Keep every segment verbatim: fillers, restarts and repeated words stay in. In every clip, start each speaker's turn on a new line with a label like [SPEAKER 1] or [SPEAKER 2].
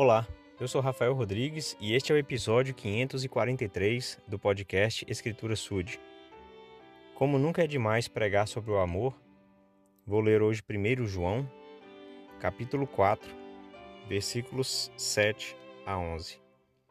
[SPEAKER 1] Olá, eu sou Rafael Rodrigues e este é o episódio quinhentos e quarenta e três do podcast Escritura Sud. Como nunca é demais pregar sobre o amor, vou ler hoje primeiro João, capítulo quatro, versículos sete a onze.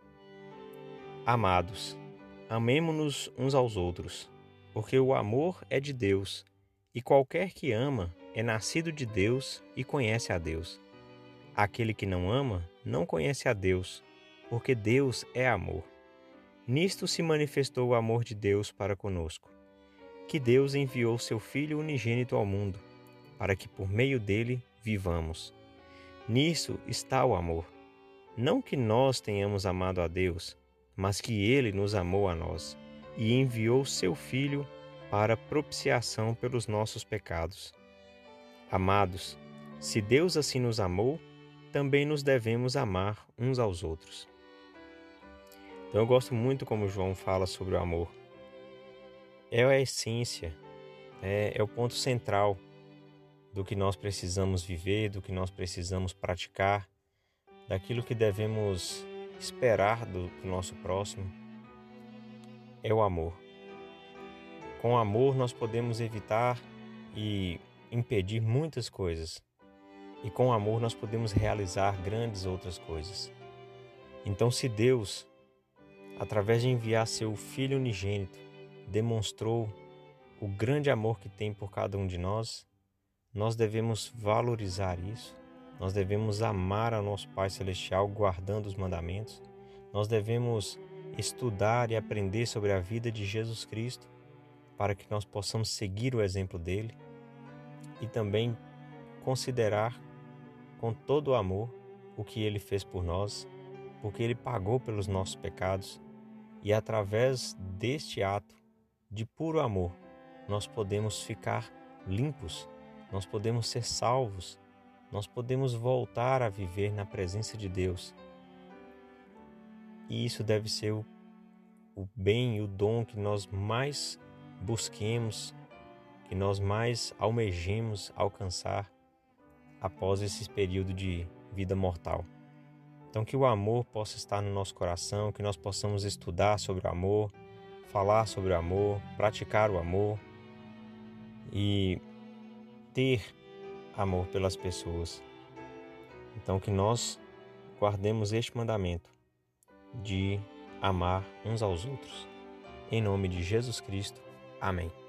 [SPEAKER 1] Amados, amemo-nos uns aos outros, porque o amor é de Deus, e qualquer que ama é nascido de Deus e conhece a Deus. Aquele que não ama não conhece a Deus, porque Deus é amor. Nisto se manifestou o amor de Deus para conosco, que Deus enviou seu Filho unigênito ao mundo, para que por meio dele vivamos. Nisso está o amor. Não que nós tenhamos amado a Deus, mas que ele nos amou a nós, e enviou seu Filho para propiciação pelos nossos pecados. Amados, se Deus assim nos amou, também nos devemos amar uns aos outros. Então eu gosto muito como João fala sobre o amor. É a essência, é, é o ponto central do que nós precisamos viver, do que nós precisamos praticar, daquilo que devemos esperar do, do nosso próximo. É o amor. Com o amor nós podemos evitar e impedir muitas coisas. E com o amor nós podemos realizar grandes outras coisas. Então, se Deus, através de enviar seu Filho unigênito, demonstrou o grande amor que tem por cada um de nós, nós devemos valorizar isso, nós devemos amar ao nosso Pai Celestial guardando os mandamentos, nós devemos estudar e aprender sobre a vida de Jesus Cristo para que nós possamos seguir o exemplo dele e também considerar com todo o amor o que ele fez por nós, porque ele pagou pelos nossos pecados e através deste ato de puro amor nós podemos ficar limpos, nós podemos ser salvos, nós podemos voltar a viver na presença de Deus. E isso deve ser o, o bem e o dom que nós mais busquemos, que nós mais almejemos alcançar após esse período de vida mortal. Então que o amor possa estar no nosso coração, que nós possamos estudar sobre o amor, falar sobre o amor, praticar o amor e ter amor pelas pessoas. Então que nós guardemos este mandamento de amar uns aos outros. Em nome de Jesus Cristo. Amém.